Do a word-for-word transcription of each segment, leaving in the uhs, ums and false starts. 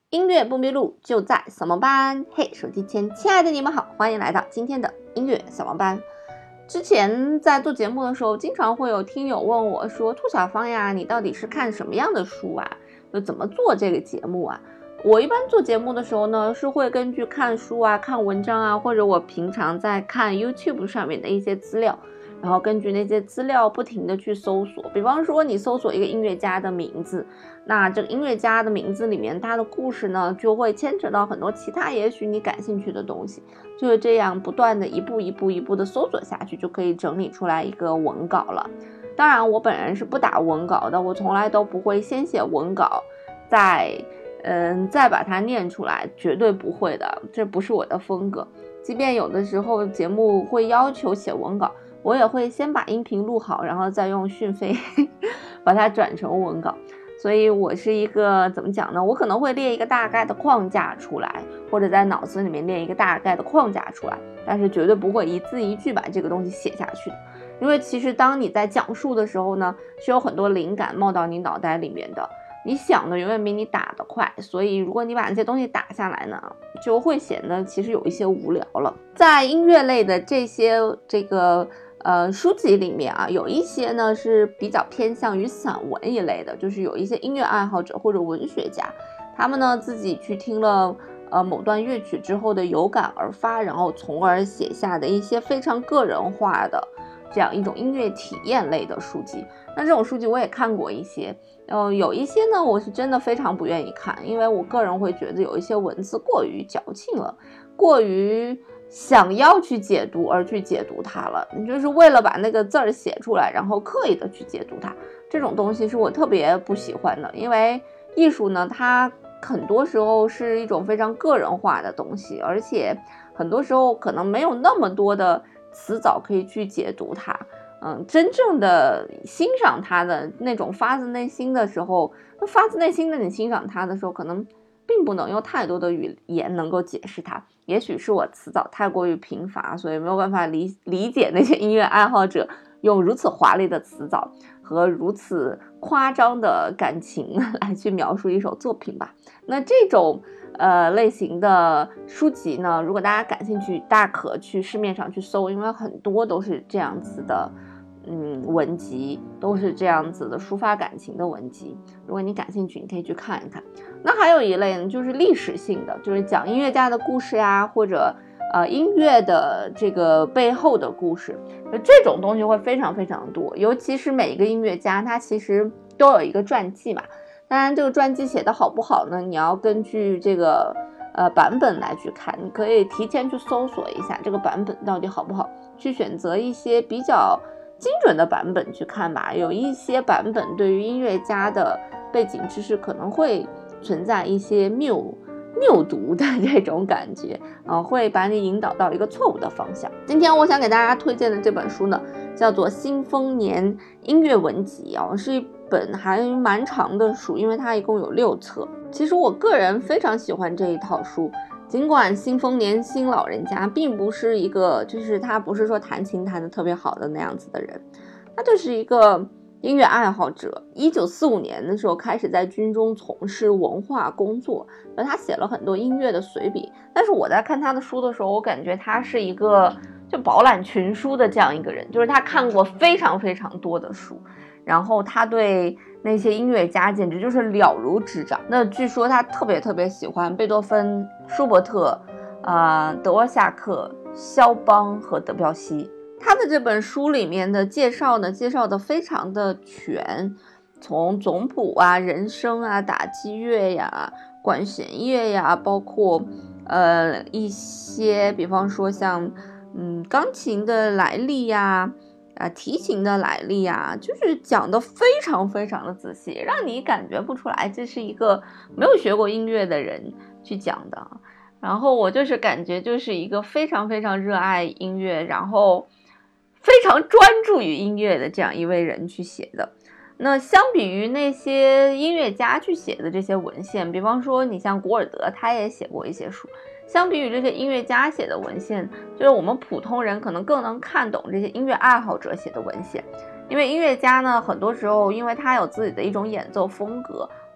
音乐不迷路，就在扫盲班。嘿，手机前亲爱的你们好，欢迎来到今天的音乐扫盲班。之前在做节目的时候，经常会有听友问我说，兔小芳呀，你到底是看什么样的书啊？就怎么做这个节目啊？我一般做节目的时候呢，是会根据看书啊、看文章啊，或者我平常在看 YouTube 上面的一些资料，然后根据那些资料不停的去搜索。比方说你搜索一个音乐家的名字，那这个音乐家的名字里面他的故事呢，就会牵扯到很多其他也许你感兴趣的东西，就是这样不断的一步一步一步的搜索下去，就可以整理出来一个文稿了。当然我本人是不打文稿的，我从来都不会先写文稿再嗯，再把它念出来，绝对不会的，这不是我的风格。即便有的时候节目会要求写文稿，我也会先把音频录好，然后再用讯飞把它转成文稿。所以我是一个怎么讲呢？我可能会列一个大概的框架出来，或者在脑子里面列一个大概的框架出来，但是绝对不会一字一句把这个东西写下去的。因为其实当你在讲述的时候呢，是有很多灵感冒到你脑袋里面的。你想的永远比你打的快，所以如果你把那些东西打下来呢，就会显得其实有一些无聊了。在音乐类的这些这个呃书籍里面啊，有一些呢是比较偏向于散文一类的，就是有一些音乐爱好者或者文学家，他们呢自己去听了呃某段乐曲之后的有感而发，然后从而写下的一些非常个人化的这样一种音乐体验类的书籍。那这种书籍我也看过一些，呃，有一些呢我是真的非常不愿意看，因为我个人会觉得有一些文字过于矫情了，过于想要去解读而去解读它了，你就是为了把那个字儿写出来，然后刻意的去解读它，这种东西是我特别不喜欢的。因为艺术呢，它很多时候是一种非常个人化的东西，而且很多时候可能没有那么多的词藻可以去解读它。嗯，真正的欣赏它的那种发自内心的时候，发自内心的你欣赏它的时候，可能并不能用太多的语言能够解释它。也许是我词藻太过于贫乏，所以没有办法理理解那些音乐爱好者用如此华丽的词藻和如此夸张的感情来去描述一首作品吧。那这种呃类型的书籍呢，如果大家感兴趣，大可去市面上去搜，因为很多都是这样子的嗯，文集，都是这样子的抒发感情的文集。如果你感兴趣，你可以去看一看。那还有一类呢，就是历史性的，就是讲音乐家的故事呀，或者呃音乐的这个背后的故事。这种东西会非常非常多，尤其是每一个音乐家，他其实都有一个传记嘛。当然，这个传记写的好不好呢？你要根据这个呃版本来去看，你可以提前去搜索一下这个版本到底好不好，去选择一些比较精准的版本去看吧。有一些版本对于音乐家的背景知识可能会存在一些谬谬读的这种感觉，呃，会把你引导到一个错误的方向。今天我想给大家推荐的这本书呢，叫做《新丰年音乐文集》啊，是一本还蛮长的书，因为它一共有六册。其实我个人非常喜欢这一套书。尽管新丰年新老人家并不是一个，就是他不是说弹琴弹得特别好的那样子的人，他就是一个音乐爱好者。一九四五年的时候开始在军中从事文化工作，而他写了很多音乐的随笔。但是我在看他的书的时候，我感觉他是一个就饱览群书的这样一个人，就是他看过非常非常多的书，然后他对那些音乐家简直就是了如指掌。那据说他特别特别喜欢贝多芬、舒伯特、呃、德沃夏克、肖邦和德彪西。他的这本书里面的介绍呢，介绍的非常的全，从总谱啊、人声啊、打击乐呀、管弦乐呀，包括呃一些，比方说像嗯钢琴的来历呀。啊，提琴的来历啊，就是讲的非常非常的仔细，让你感觉不出来这是一个没有学过音乐的人去讲的。然后我就是感觉就是一个非常非常热爱音乐，然后非常专注于音乐的这样一位人去写的。那相比于那些音乐家去写的这些文献，比方说你像古尔德，他也写过一些书，相比于这些音乐家写的文献，就是我们普通人可能更能看懂这些音乐爱好者写的文献。因为音乐家呢，很多时候因为他有自己的一种演奏风格，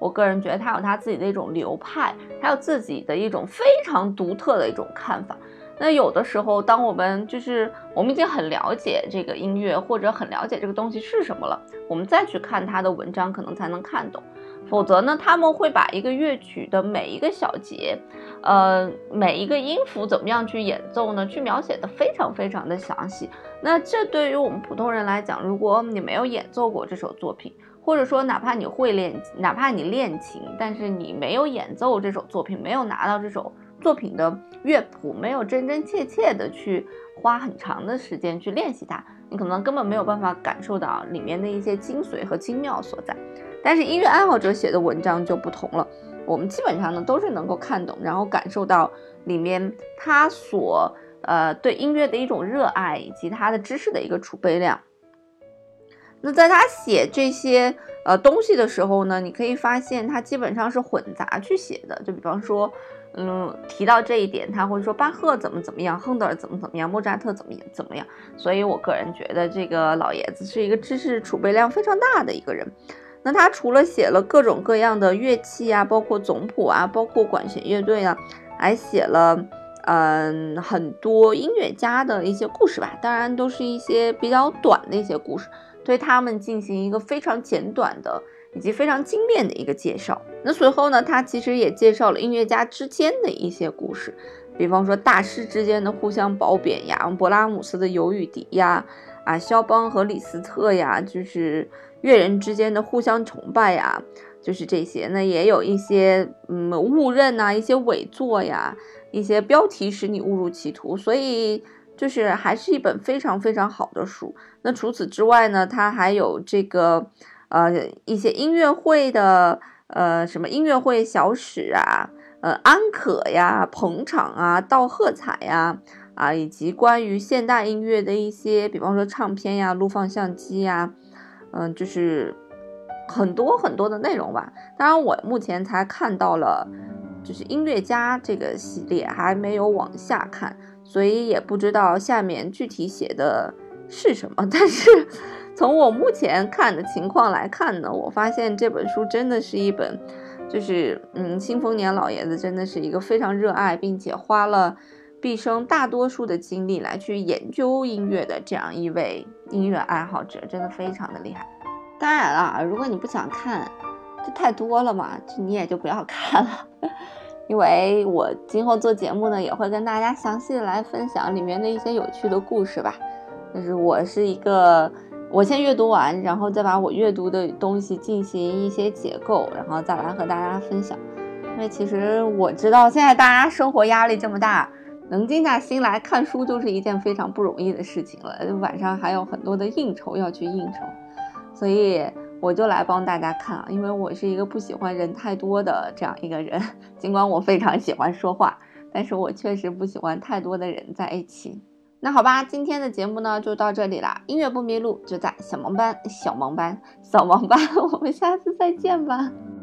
我个人觉得他有他自己的一种流派，他有自己的一种非常独特的一种看法。那有的时候当我们就是我们已经很了解这个音乐，或者很了解这个东西是什么了，我们再去看他的文章可能才能看懂。否则呢，他们会把一个乐曲的每一个小节，呃，每一个音符怎么样去演奏呢，去描写的非常非常的详细。那这对于我们普通人来讲，如果你没有演奏过这首作品，或者说哪怕你会练，哪怕你练琴，但是你没有演奏这首作品，没有拿到这首作品的乐谱，没有真真切切的去花很长的时间去练习它，你可能根本没有办法感受到里面的一些精髓和精妙所在。但是音乐爱好者写的文章就不同了，我们基本上呢都是能够看懂，然后感受到里面他所呃对音乐的一种热爱，以及他的知识的一个储备量。那在他写这些呃东西的时候呢，你可以发现他基本上是混杂去写的。就比方说，嗯，提到这一点，他会说巴赫怎么怎么样，亨德尔怎么怎么样，莫扎特怎么怎么样。所以我个人觉得这个老爷子是一个知识储备量非常大的一个人。那他除了写了各种各样的乐器啊，包括总谱啊，包括管弦乐队啊，还写了嗯很多音乐家的一些故事吧，当然都是一些比较短的一些故事，对他们进行一个非常简短的以及非常精炼的一个介绍。那随后呢，他其实也介绍了音乐家之间的一些故事，比方说大师之间的互相褒贬呀，勃拉姆斯的尤与狄呀，啊，肖邦和李斯特呀，就是乐人之间的互相崇拜呀，就是这些。那也有一些嗯误认啊，一些伪作呀，一些标题使你误入歧途，所以就是还是一本非常非常好的书。那除此之外呢，它还有这个呃一些音乐会的呃什么音乐会小史啊，呃安可呀，捧场啊，道喝彩呀。啊，以及关于现代音乐的一些，比方说唱片呀、录放相机呀，嗯，就是很多很多的内容吧。当然，我目前才看到了就是音乐家这个系列，还没有往下看，所以也不知道下面具体写的是什么。但是从我目前看的情况来看呢，我发现这本书真的是一本，就是嗯，辛丰年老爷子真的是一个非常热爱，并且花了毕生大多数的精力来去研究音乐的这样一位音乐爱好者，真的非常的厉害。当然了，如果你不想看，这太多了嘛，就你也就不要看了。因为我今后做节目呢，也会跟大家详细的来分享里面的一些有趣的故事吧。就是我是一个，我先阅读完，然后再把我阅读的东西进行一些解构，然后再来和大家分享。因为其实我知道现在大家生活压力这么大，能静下心来看书就是一件非常不容易的事情了，晚上还有很多的应酬要去应酬，所以我就来帮大家看啊，因为我是一个不喜欢人太多的这样一个人，尽管我非常喜欢说话，但是我确实不喜欢太多的人在一起。那好吧，今天的节目呢就到这里啦，音乐不迷路就在小萌班小萌班小萌班我们下次再见吧。